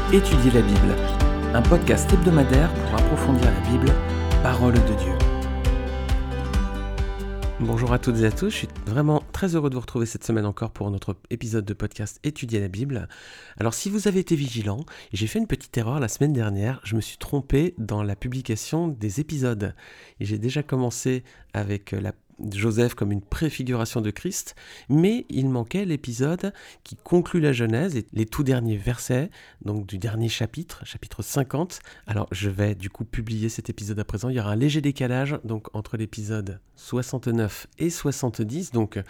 Étudier la Bible, un podcast hebdomadaire pour approfondir la Bible, parole de Dieu. Bonjour à toutes et à tous, je suis vraiment très heureux de vous retrouver cette semaine encore pour notre épisode de podcast Étudier la Bible. Alors si vous avez été vigilants, j'ai fait une petite erreur la semaine dernière, je me suis trompé dans la publication des épisodes. Et j'ai déjà commencé avec Joseph comme une préfiguration de Christ, mais il manquait l'épisode qui conclut la Genèse et les tout derniers versets, donc du dernier chapitre 50. Alors je vais du coup publier cet épisode à présent, il y aura un léger décalage donc entre l'épisode 69 et 70, donc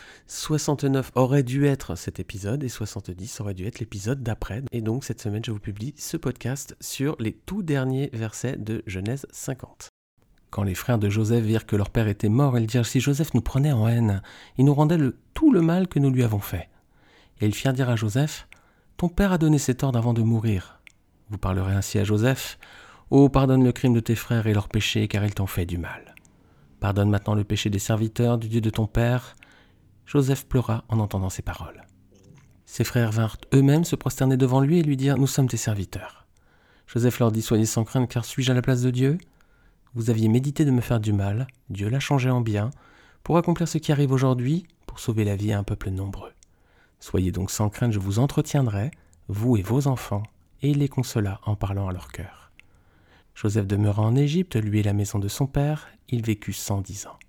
69 aurait dû être cet épisode et 70 aurait dû être l'épisode d'après. Et donc cette semaine je vous publie ce podcast sur les tout derniers versets de Genèse 50. Quand les frères de Joseph virent que leur père était mort, ils dirent « Si Joseph nous prenait en haine, il nous rendait tout le mal que nous lui avons fait. » Et ils firent dire à Joseph « Ton père a donné cet ordre avant de mourir. Vous parlerez ainsi à Joseph « Oh, pardonne le crime de tes frères et leurs péchés, car ils t'ont fait du mal. Pardonne maintenant le péché des serviteurs, du Dieu de ton père. » Joseph pleura en entendant ces paroles. Ses frères vinrent eux-mêmes se prosterner devant lui et lui dirent « Nous sommes tes serviteurs. » Joseph leur dit « Soyez sans crainte, car suis-je à la place de Dieu ? Vous aviez médité de me faire du mal, Dieu l'a changé en bien, pour accomplir ce qui arrive aujourd'hui, pour sauver la vie à un peuple nombreux. Soyez donc sans crainte, je vous entretiendrai, vous et vos enfants. » Et il les consola en parlant à leur cœur. Joseph demeura en Égypte, lui et la maison de son père, il vécut 110 ans.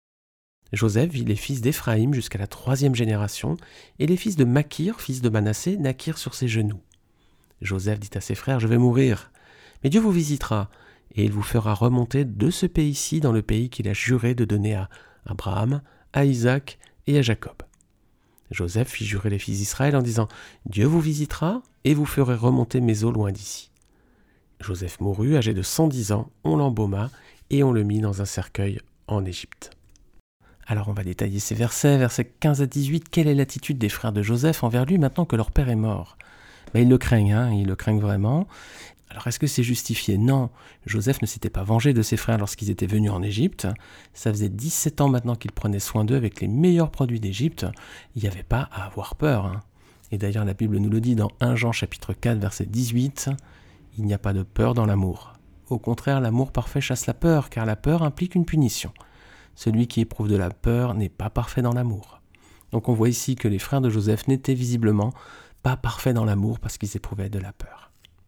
Joseph vit les fils d'Éphraïm jusqu'à la 3e génération, et les fils de Makir, fils de Manassé, naquirent sur ses genoux. Joseph dit à ses frères, « Je vais mourir, mais Dieu vous visitera, et il vous fera remonter de ce pays-ci dans le pays qu'il a juré de donner à Abraham, à Isaac et à Jacob. » Joseph fit jurer les fils d'Israël en disant « Dieu vous visitera et vous ferez remonter mes eaux loin d'ici. » Joseph mourut, âgé de 110 ans, on l'embauma et on le mit dans un cercueil en Égypte. Alors on va détailler ces versets 15 à 18. Quelle est l'attitude des frères de Joseph envers lui maintenant que leur père est mort ? Ils le craignent, ils le craignent vraiment. Alors est-ce que c'est justifié ? Non, Joseph ne s'était pas vengé de ses frères lorsqu'ils étaient venus en Égypte. Ça faisait 17 ans maintenant qu'il prenait soin d'eux avec les meilleurs produits d'Égypte. Il n'y avait pas à avoir peur. Et d'ailleurs la Bible nous le dit dans 1 Jean chapitre 4 verset 18, « Il n'y a pas de peur dans l'amour. Au contraire, l'amour parfait chasse la peur, car la peur implique une punition. Celui qui éprouve de la peur n'est pas parfait dans l'amour. » Donc on voit ici que les frères de Joseph n'étaient visiblement pas parfaits dans l'amour parce qu'ils éprouvaient de la peur.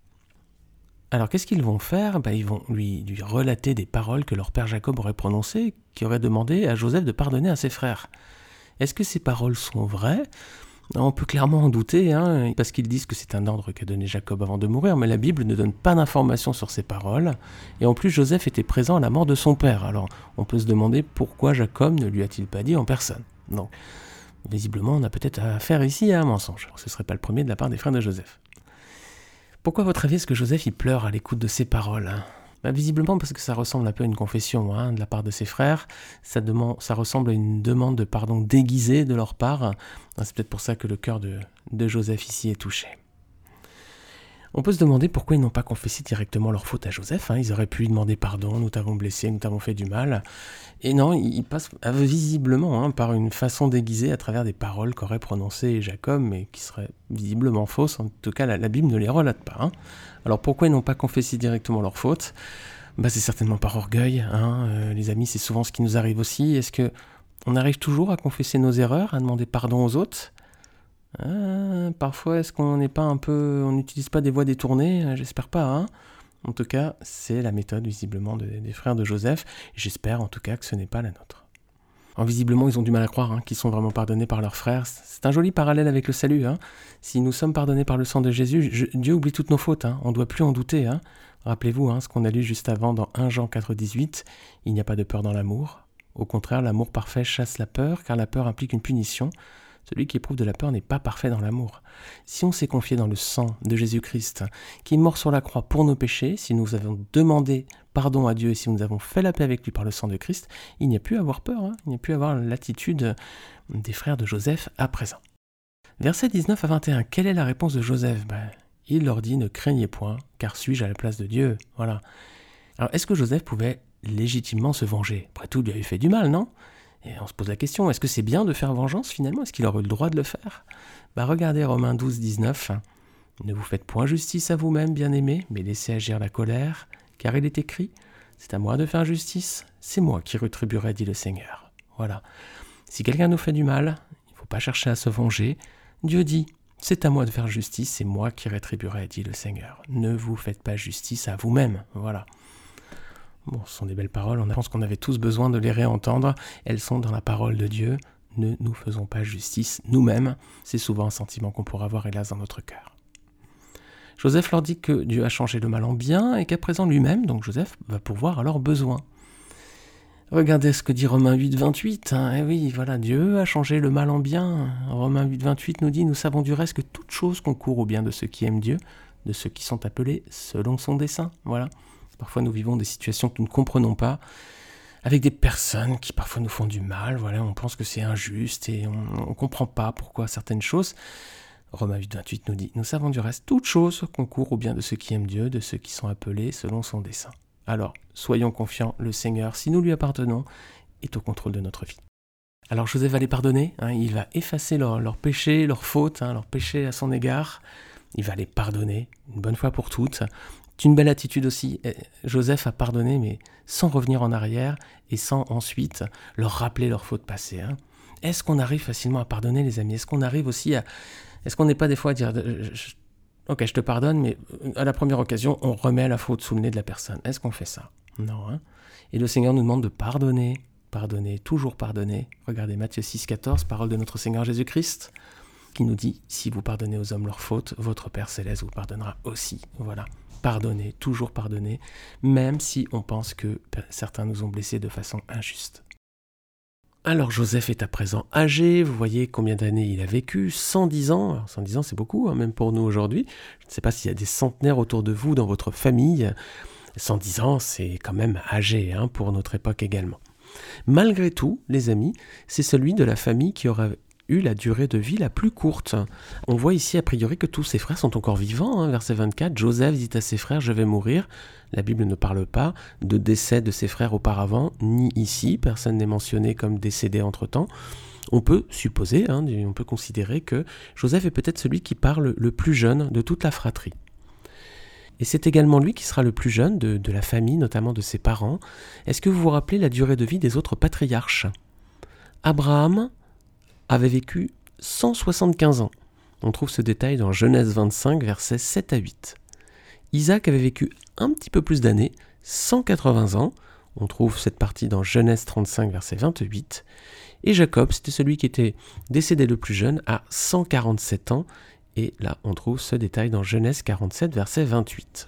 Alors qu'est-ce qu'ils vont faire ? Ils vont lui relater des paroles que leur père Jacob aurait prononcées, qui aurait demandé à Joseph de pardonner à ses frères. Est-ce que ces paroles sont vraies ? On peut clairement en douter, parce qu'ils disent que c'est un ordre qu'a donné Jacob avant de mourir, mais la Bible ne donne pas d'informations sur ces paroles. Et en plus, Joseph était présent à la mort de son père. Alors on peut se demander pourquoi Jacob ne lui a-t-il pas dit en personne. Donc, visiblement, on a peut-être affaire ici à un mensonge. Ce ne serait pas le premier de la part des frères de Joseph. Pourquoi, à votre avis, est-ce que Joseph pleure à l'écoute de ces paroles ? Visiblement parce que ça ressemble un peu à une confession de la part de ses frères. Ça ressemble à une demande de pardon déguisée de leur part. C'est peut-être pour ça que le cœur de Joseph ici est touché. On peut se demander pourquoi ils n'ont pas confessé directement leur faute à Joseph. Ils auraient pu lui demander pardon, nous t'avons blessé, nous t'avons fait du mal. Et non, ils passent visiblement par une façon déguisée à travers des paroles qu'aurait prononcées Jacob, mais qui seraient visiblement fausses. En tout cas, la Bible ne les relate pas. Alors pourquoi ils n'ont pas confessé directement leur faute ? C'est certainement par orgueil. Les amis, c'est souvent ce qui nous arrive aussi. Est-ce qu'on arrive toujours à confesser nos erreurs, à demander pardon aux autres ? Parfois, est-ce qu'on n'est pas on n'utilise pas des voies détournées ? J'espère pas. En tout cas, c'est la méthode visiblement des frères de Joseph. J'espère en tout cas que ce n'est pas la nôtre. Visiblement, ils ont du mal à croire qu'ils sont vraiment pardonnés par leurs frères. C'est un joli parallèle avec le salut. Si nous sommes pardonnés par le sang de Jésus, Dieu oublie toutes nos fautes. On ne doit plus en douter. Rappelez-vous ce qu'on a lu juste avant dans 1 Jean 4, 18. « Il n'y a pas de peur dans l'amour. Au contraire, l'amour parfait chasse la peur, car la peur implique une punition. Celui qui éprouve de la peur n'est pas parfait dans l'amour. » Si on s'est confié dans le sang de Jésus-Christ, qui est mort sur la croix pour nos péchés, si nous avons demandé pardon à Dieu et si nous avons fait la paix avec lui par le sang de Christ, il n'y a plus à avoir peur, il n'y a plus à avoir l'attitude des frères de Joseph à présent. Versets 19 à 21, quelle est la réponse de Joseph ? Il leur dit « Ne craignez point, car suis-je à la place de Dieu ?» Voilà. Alors, est-ce que Joseph pouvait légitimement se venger ? Après tout, il lui avait fait du mal, non ? Et on se pose la question, est-ce que c'est bien de faire vengeance finalement ? Est-ce qu'il aurait eu le droit de le faire ? Regardez Romains 12, 19. Ne vous faites point justice à vous-même, bien-aimés, mais laissez agir la colère, car il est écrit « C'est à moi de faire justice, c'est moi qui rétribuerai, dit le Seigneur. » Voilà. Si quelqu'un nous fait du mal, il ne faut pas chercher à se venger. Dieu dit « C'est à moi de faire justice, c'est moi qui rétribuerai, dit le Seigneur. » Ne vous faites pas justice à vous-même. Voilà. Bon, ce sont des belles paroles, on pense qu'on avait tous besoin de les réentendre. Elles sont dans la parole de Dieu. Ne nous faisons pas justice nous-mêmes. C'est souvent un sentiment qu'on pourra avoir, hélas, dans notre cœur. Joseph leur dit que Dieu a changé le mal en bien et qu'à présent lui-même, donc Joseph, va pourvoir à leurs besoins. Regardez ce que dit Romains 8, 28. Eh oui, voilà, Dieu a changé le mal en bien. Romains 8, 28 nous dit « Nous savons du reste que toute chose concourt au bien de ceux qui aiment Dieu, de ceux qui sont appelés selon son dessein. » Voilà. Parfois nous vivons des situations que nous ne comprenons pas, avec des personnes qui parfois nous font du mal. Voilà, on pense que c'est injuste et on ne comprend pas pourquoi certaines choses. Romains 8, 28 nous dit « Nous savons du reste, toute chose concourt au bien de ceux qui aiment Dieu, de ceux qui sont appelés selon son dessein. » Alors, soyons confiants, le Seigneur, si nous lui appartenons, est au contrôle de notre vie. Alors Joseph va les pardonner, il va effacer leurs péchés, leurs fautes, leurs péchés à son égard. Il va les pardonner, une bonne fois pour toutes. C'est une belle attitude aussi. Joseph a pardonné, mais sans revenir en arrière et sans ensuite leur rappeler leurs fautes passées. Est-ce qu'on arrive facilement à pardonner, les amis ? Est-ce qu'on arrive aussi à... Est-ce qu'on n'est pas des fois à dire « Ok, je te pardonne, mais à la première occasion, on remet la faute sous le nez de la personne. » Est-ce qu'on fait ça ? Non. Et le Seigneur nous demande de pardonner, toujours pardonner. Regardez Matthieu 6, 14, parole de notre Seigneur Jésus-Christ, qui nous dit « Si vous pardonnez aux hommes leurs fautes, votre Père Céleste vous pardonnera aussi. » Voilà. Pardonner, toujours pardonner, même si on pense que certains nous ont blessés de façon injuste. Alors Joseph est à présent âgé, vous voyez combien d'années il a vécu, 110 ans. Alors 110 ans c'est beaucoup, même pour nous aujourd'hui. Je ne sais pas s'il y a des centenaires autour de vous dans votre famille. 110 ans c'est quand même âgé pour notre époque également. Malgré tout, les amis, c'est celui de la famille qui aura eu la durée de vie la plus courte. On voit ici a priori que tous ses frères sont encore vivants. Verset 24, Joseph dit à ses frères « Je vais mourir ». La Bible ne parle pas de décès de ses frères auparavant, ni ici, personne n'est mentionné comme décédé entre-temps. On peut supposer, on peut considérer que Joseph est peut-être celui qui parle le plus jeune de toute la fratrie. Et c'est également lui qui sera le plus jeune de la famille, notamment de ses parents. Est-ce que vous vous rappelez la durée de vie des autres patriarches ? Abraham avait vécu 175 ans. On trouve ce détail dans Genèse 25, versets 7 à 8. Isaac avait vécu un petit peu plus d'années, 180 ans. On trouve cette partie dans Genèse 35, verset 28. Et Jacob, c'était celui qui était décédé le plus jeune, à 147 ans. Et là, on trouve ce détail dans Genèse 47, verset 28.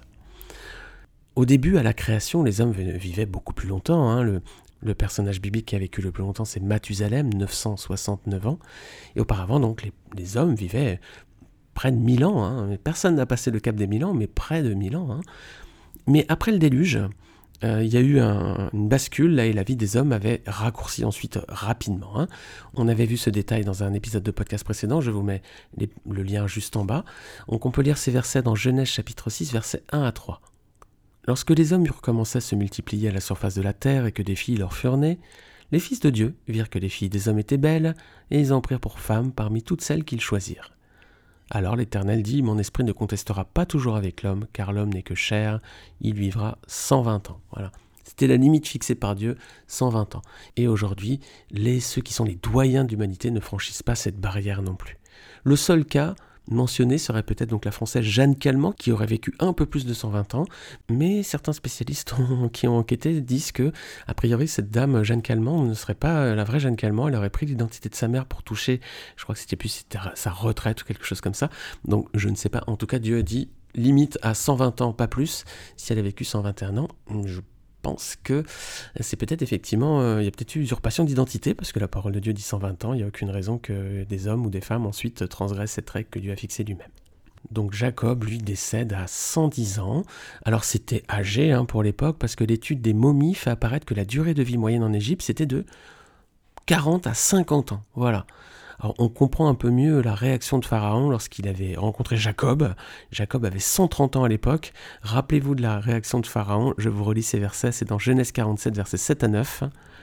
Au début, à la création, les hommes vivaient beaucoup plus longtemps. Le personnage biblique qui a vécu le plus longtemps, c'est Mathusalem, 969 ans. Et auparavant, donc, les hommes vivaient près de 1000 ans. Personne n'a passé le cap des 1000 ans, mais près de 1000 ans. Mais après le déluge, il y a eu une bascule, là, et la vie des hommes avait raccourci ensuite rapidement. On avait vu ce détail dans un épisode de podcast précédent, je vous mets le lien juste en bas. Donc on peut lire ces versets dans Genèse chapitre 6, versets 1 à 3. Lorsque les hommes eurent commencé à se multiplier à la surface de la terre et que des filles leur furent nées, les fils de Dieu virent que les filles des hommes étaient belles, et ils en prirent pour femmes parmi toutes celles qu'ils choisirent. Alors l'Éternel dit « Mon esprit ne contestera pas toujours avec l'homme, car l'homme n'est que chair, il vivra 120 ans. » Voilà. C'était la limite fixée par Dieu, 120 ans. Et aujourd'hui, ceux qui sont les doyens d'humanité ne franchissent pas cette barrière non plus. Le seul cas mentionné serait peut-être donc la Française Jeanne Calment, qui aurait vécu un peu plus de 120 ans, mais certains spécialistes qui ont enquêté disent que, a priori, cette dame Jeanne Calment ne serait pas la vraie Jeanne Calment, elle aurait pris l'identité de sa mère pour toucher, je crois que c'était sa retraite ou quelque chose comme ça, donc je ne sais pas, en tout cas Dieu a dit limite à 120 ans, pas plus. Si elle a vécu 121 ans, je pense que c'est peut-être effectivement, il y a peut-être eu usurpation d'identité, parce que la parole de Dieu dit 120 ans, il n'y a aucune raison que des hommes ou des femmes ensuite transgressent cette règle que Dieu a fixée lui-même. Donc Jacob, lui, décède à 110 ans. Alors c'était âgé pour l'époque, parce que l'étude des momies fait apparaître que la durée de vie moyenne en Égypte, c'était de 40 à 50 ans. Voilà. Alors on comprend un peu mieux la réaction de Pharaon lorsqu'il avait rencontré Jacob. Jacob avait 130 ans à l'époque. Rappelez-vous de la réaction de Pharaon. Je vous relis ces versets, c'est dans Genèse 47, versets 7 à 9.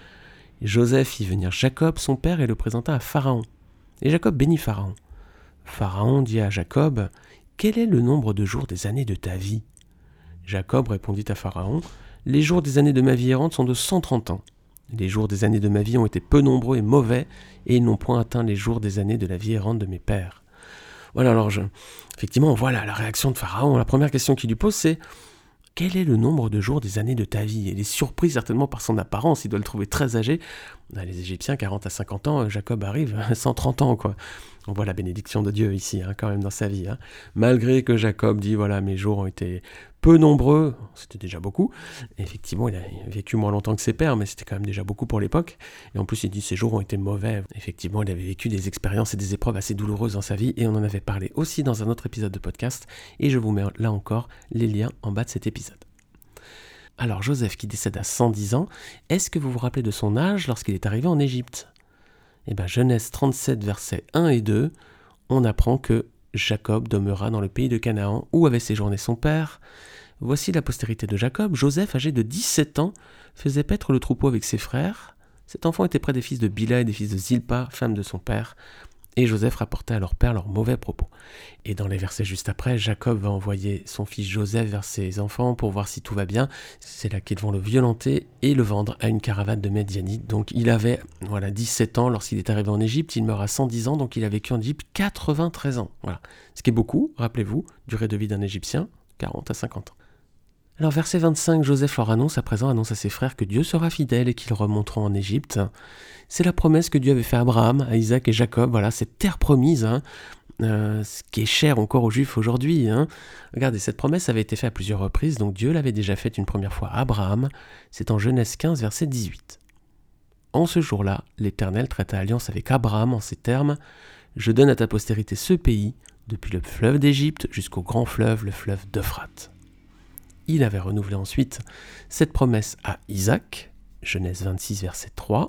Joseph fit venir Jacob, son père, et le présenta à Pharaon. Et Jacob bénit Pharaon. Pharaon dit à Jacob, quel est le nombre de jours des années de ta vie ? Jacob répondit à Pharaon, les jours des années de ma vie errante sont de 130 ans. Les jours des années de ma vie ont été peu nombreux et mauvais, et ils n'ont point atteint les jours des années de la vie errante de mes pères. Voilà, alors effectivement, voilà la réaction de Pharaon. La première question qu'il lui pose, c'est « Quel est le nombre de jours des années de ta vie ?» Il est surpris certainement par son apparence, il doit le trouver très âgé. Les Égyptiens, 40 à 50 ans, Jacob arrive à 130 ans, quoi. On voit la bénédiction de Dieu ici, quand même, dans sa vie. Malgré que Jacob dit, voilà, mes jours ont été peu nombreux, c'était déjà beaucoup. Effectivement, il a vécu moins longtemps que ses pères, mais c'était quand même déjà beaucoup pour l'époque. Et en plus, il dit, ces jours ont été mauvais. Effectivement, il avait vécu des expériences et des épreuves assez douloureuses dans sa vie, et on en avait parlé aussi dans un autre épisode de podcast, et je vous mets là encore les liens en bas de cet épisode. Alors, Joseph qui décède à 110 ans, est-ce que vous vous rappelez de son âge lorsqu'il est arrivé en Égypte ? Eh bien, Genèse 37, versets 1 et 2, on apprend que Jacob demeura dans le pays de Canaan, où avait séjourné son père. Voici la postérité de Jacob. Joseph, âgé de 17 ans, faisait paître le troupeau avec ses frères. Cet enfant était près des fils de Bila et des fils de Zilpa, femme de son père. Et Joseph rapportait à leur père leurs mauvais propos. Et dans les versets juste après, Jacob va envoyer son fils Joseph vers ses enfants pour voir si tout va bien. C'est là qu'ils vont le violenter et le vendre à une caravane de Médianites. Donc il avait 17 ans lorsqu'il est arrivé en Égypte, il meurt à 110 ans, donc il a vécu en Égypte 93 ans. Voilà. Ce qui est beaucoup, rappelez-vous, durée de vie d'un Égyptien, 40 à 50 ans. Alors verset 25, Joseph leur annonce à ses frères que Dieu sera fidèle et qu'ils remonteront en Égypte. C'est la promesse que Dieu avait fait à Abraham, à Isaac et Jacob, voilà, cette terre promise, ce qui est cher encore aux Juifs aujourd'hui. Regardez, cette promesse avait été faite à plusieurs reprises, donc Dieu l'avait déjà faite une première fois à Abraham, c'est en Genèse 15, verset 18. En ce jour-là, l'Éternel traita alliance avec Abraham en ces termes, « Je donne à ta postérité ce pays, depuis le fleuve d'Égypte jusqu'au grand fleuve, le fleuve d'Euphrate. » Il avait renouvelé ensuite cette promesse à Isaac, Genèse 26, verset 3.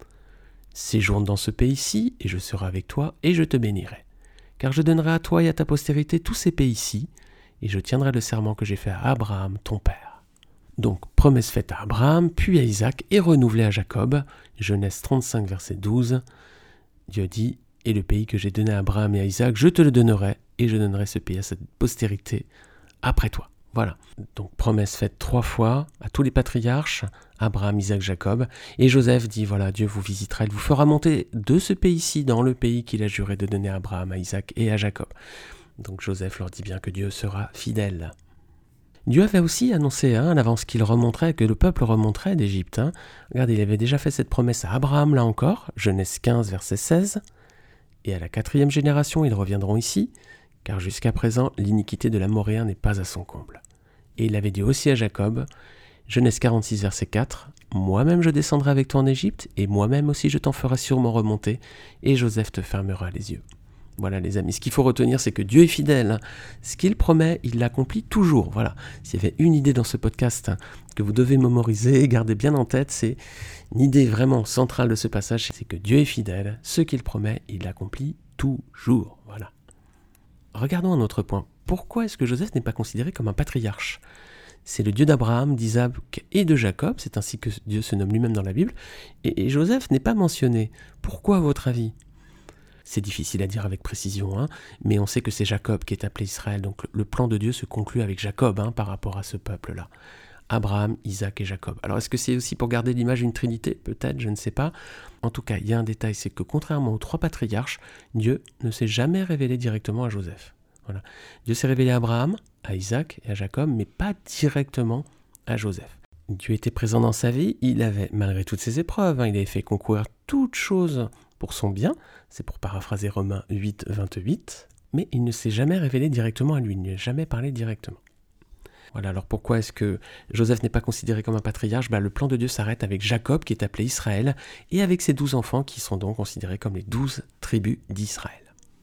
« Séjourne dans ce pays-ci, et je serai avec toi, et je te bénirai. Car je donnerai à toi et à ta postérité tous ces pays-ci, et je tiendrai le serment que j'ai fait à Abraham, ton père. » Donc, promesse faite à Abraham, puis à Isaac, et renouvelée à Jacob, Genèse 35, verset 12. Dieu dit, « Et le pays que j'ai donné à Abraham et à Isaac, je te le donnerai, et je donnerai ce pays à cette postérité après toi. » Voilà, donc promesse faite 3 fois à tous les patriarches, Abraham, Isaac, Jacob, et Joseph dit, voilà, Dieu vous visitera, il vous fera monter de ce pays-ci dans le pays qu'il a juré de donner à Abraham, à Isaac et à Jacob. Donc Joseph leur dit bien que Dieu sera fidèle. Dieu avait aussi annoncé à l'avance qu'il remonterait, que le peuple remonterait d'Égypte. Regardez, il avait déjà fait cette promesse à Abraham, là encore, Genèse 15, verset 16, et à la 4e génération, ils reviendront ici, car jusqu'à présent, l'iniquité de l'Amoréen n'est pas à son comble. Et il avait dit aussi à Jacob, Genèse 46, verset 4, « Moi-même je descendrai avec toi en Égypte, et moi-même aussi je t'en ferai sûrement remonter, et Joseph te fermera les yeux. » Voilà les amis, ce qu'il faut retenir, c'est que Dieu est fidèle. Ce qu'il promet, il l'accomplit toujours. Voilà. S'il y avait une idée dans ce podcast que vous devez mémoriser et garder bien en tête, c'est une idée vraiment centrale de ce passage, c'est que Dieu est fidèle. Ce qu'il promet, il l'accomplit toujours. Voilà. Regardons un autre point. Pourquoi est-ce que Joseph n'est pas considéré comme un patriarche ? C'est le Dieu d'Abraham, d'Isaac et de Jacob, c'est ainsi que Dieu se nomme lui-même dans la Bible, et Joseph n'est pas mentionné. Pourquoi à votre avis ? C'est difficile à dire avec précision, mais on sait que c'est Jacob qui est appelé Israël, donc le plan de Dieu se conclut avec Jacob par rapport à ce peuple-là. Abraham, Isaac et Jacob. Alors est-ce que c'est aussi pour garder l'image d'une trinité ? Peut-être, je ne sais pas. En tout cas, il y a un détail, c'est que contrairement aux 3 patriarches, Dieu ne s'est jamais révélé directement à Joseph. Voilà. Dieu s'est révélé à Abraham, à Isaac et à Jacob, mais pas directement à Joseph. Dieu était présent dans sa vie, il avait, malgré toutes ses épreuves, il avait fait concourir toutes choses pour son bien, c'est pour paraphraser Romains 8, 28, mais il ne s'est jamais révélé directement à lui, il n'a jamais parlé directement. Voilà, alors pourquoi est-ce que Joseph n'est pas considéré comme un patriarche ? Le plan de Dieu s'arrête avec Jacob qui est appelé Israël, et avec ses 12 enfants qui sont donc considérés comme les 12 tribus d'Israël.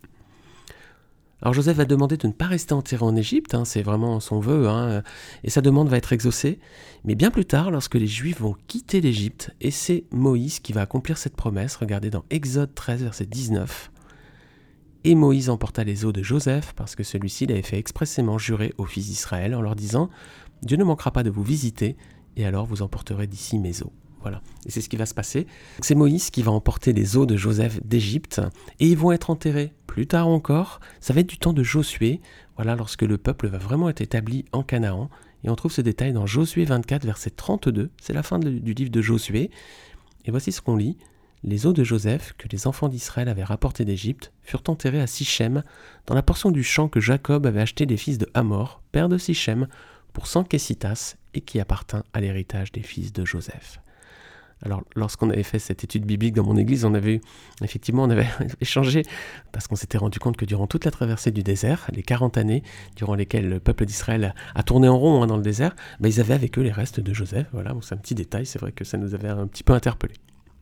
Alors Joseph va demander de ne pas rester enterré en Égypte, c'est vraiment son vœu, et sa demande va être exaucée. Mais bien plus tard, lorsque les Juifs vont quitter l'Égypte, et c'est Moïse qui va accomplir cette promesse, regardez dans Exode 13, verset 19. « Et Moïse emporta les os de Joseph, parce que celui-ci l'avait fait expressément jurer aux fils d'Israël, en leur disant « Dieu ne manquera pas de vous visiter, et alors vous emporterez d'ici mes os. » Voilà, et c'est ce qui va se passer. C'est Moïse qui va emporter les os de Joseph d'Égypte, et ils vont être enterrés plus tard encore. Ça va être du temps de Josué. Voilà, lorsque le peuple va vraiment être établi en Canaan. Et on trouve ce détail dans Josué 24, verset 32. C'est la fin du livre de Josué. Et voici ce qu'on lit. Les os de Joseph, que les enfants d'Israël avaient rapportés d'Égypte, furent enterrés à Sichem, dans la portion du champ que Jacob avait acheté des fils de Hamor, père de Sichem, pour 100 kessitas, et qui appartint à l'héritage des fils de Joseph. Alors, lorsqu'on avait fait cette étude biblique dans mon église, on avait échangé, parce qu'on s'était rendu compte que durant toute la traversée du désert, les 40 années durant lesquelles le peuple d'Israël a tourné en rond dans le désert, ils avaient avec eux les restes de Joseph. Voilà, c'est un petit détail, c'est vrai que ça nous avait un petit peu interpellés.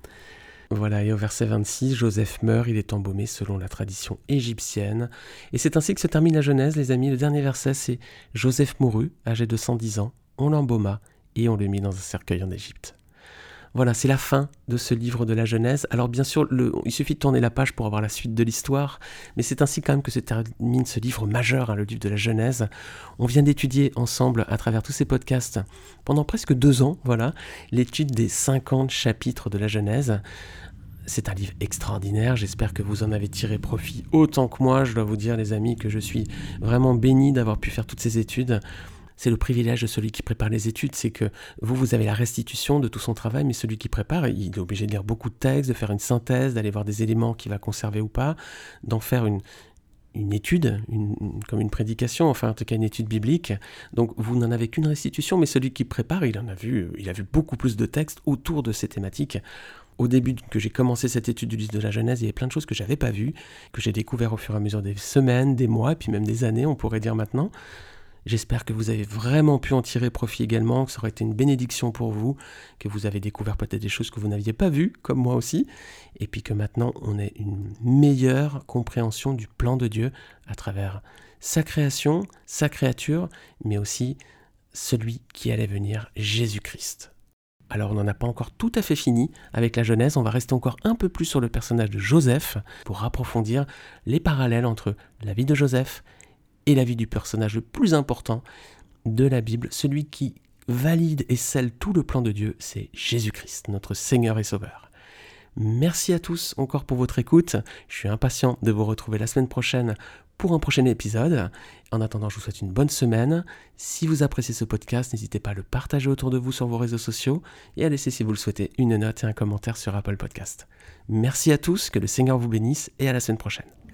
Voilà, et au verset 26, Joseph meurt, il est embaumé selon la tradition égyptienne. Et c'est ainsi que se termine la Genèse, les amis. Le dernier verset, c'est « Joseph mourut, âgé de 110 ans, on l'embauma et on le mit dans un cercueil en Égypte. » Voilà, c'est la fin de ce livre de la Genèse. Alors bien sûr, il suffit de tourner la page pour avoir la suite de l'histoire, mais c'est ainsi quand même que se termine ce livre majeur, le livre de la Genèse. On vient d'étudier ensemble, à travers tous ces podcasts, pendant presque 2 ans, voilà, l'étude des 50 chapitres de la Genèse. C'est un livre extraordinaire, j'espère que vous en avez tiré profit autant que moi. Je dois vous dire, les amis, que je suis vraiment béni d'avoir pu faire toutes ces études. C'est le privilège de celui qui prépare les études, c'est que vous avez la restitution de tout son travail, mais celui qui prépare, il est obligé de lire beaucoup de textes, de faire une synthèse, d'aller voir des éléments qu'il va conserver ou pas, d'en faire une étude, comme une prédication, enfin en tout cas une étude biblique. Donc vous n'en avez qu'une restitution, mais celui qui prépare, il a vu beaucoup plus de textes autour de ces thématiques. Au début que j'ai commencé cette étude du livre de la Genèse, il y avait plein de choses que je n'avais pas vues, que j'ai découvert au fur et à mesure des semaines, des mois, et puis même des années, on pourrait dire maintenant. J'espère que vous avez vraiment pu en tirer profit également, que ça aurait été une bénédiction pour vous, que vous avez découvert peut-être des choses que vous n'aviez pas vues, comme moi aussi, et puis que maintenant on ait une meilleure compréhension du plan de Dieu à travers sa création, sa créature, mais aussi celui qui allait venir, Jésus-Christ. Alors on n'en a pas encore tout à fait fini avec la Genèse, on va rester encore un peu plus sur le personnage de Joseph pour approfondir les parallèles entre la vie de Joseph et la vie du personnage le plus important de la Bible, celui qui valide et scelle tout le plan de Dieu, c'est Jésus-Christ, notre Seigneur et Sauveur. Merci à tous encore pour votre écoute, je suis impatient de vous retrouver la semaine prochaine pour un prochain épisode. En attendant, je vous souhaite une bonne semaine. Si vous appréciez ce podcast, n'hésitez pas à le partager autour de vous sur vos réseaux sociaux et à laisser, si vous le souhaitez, une note et un commentaire sur Apple Podcast. Merci à tous, que le Seigneur vous bénisse et à la semaine prochaine.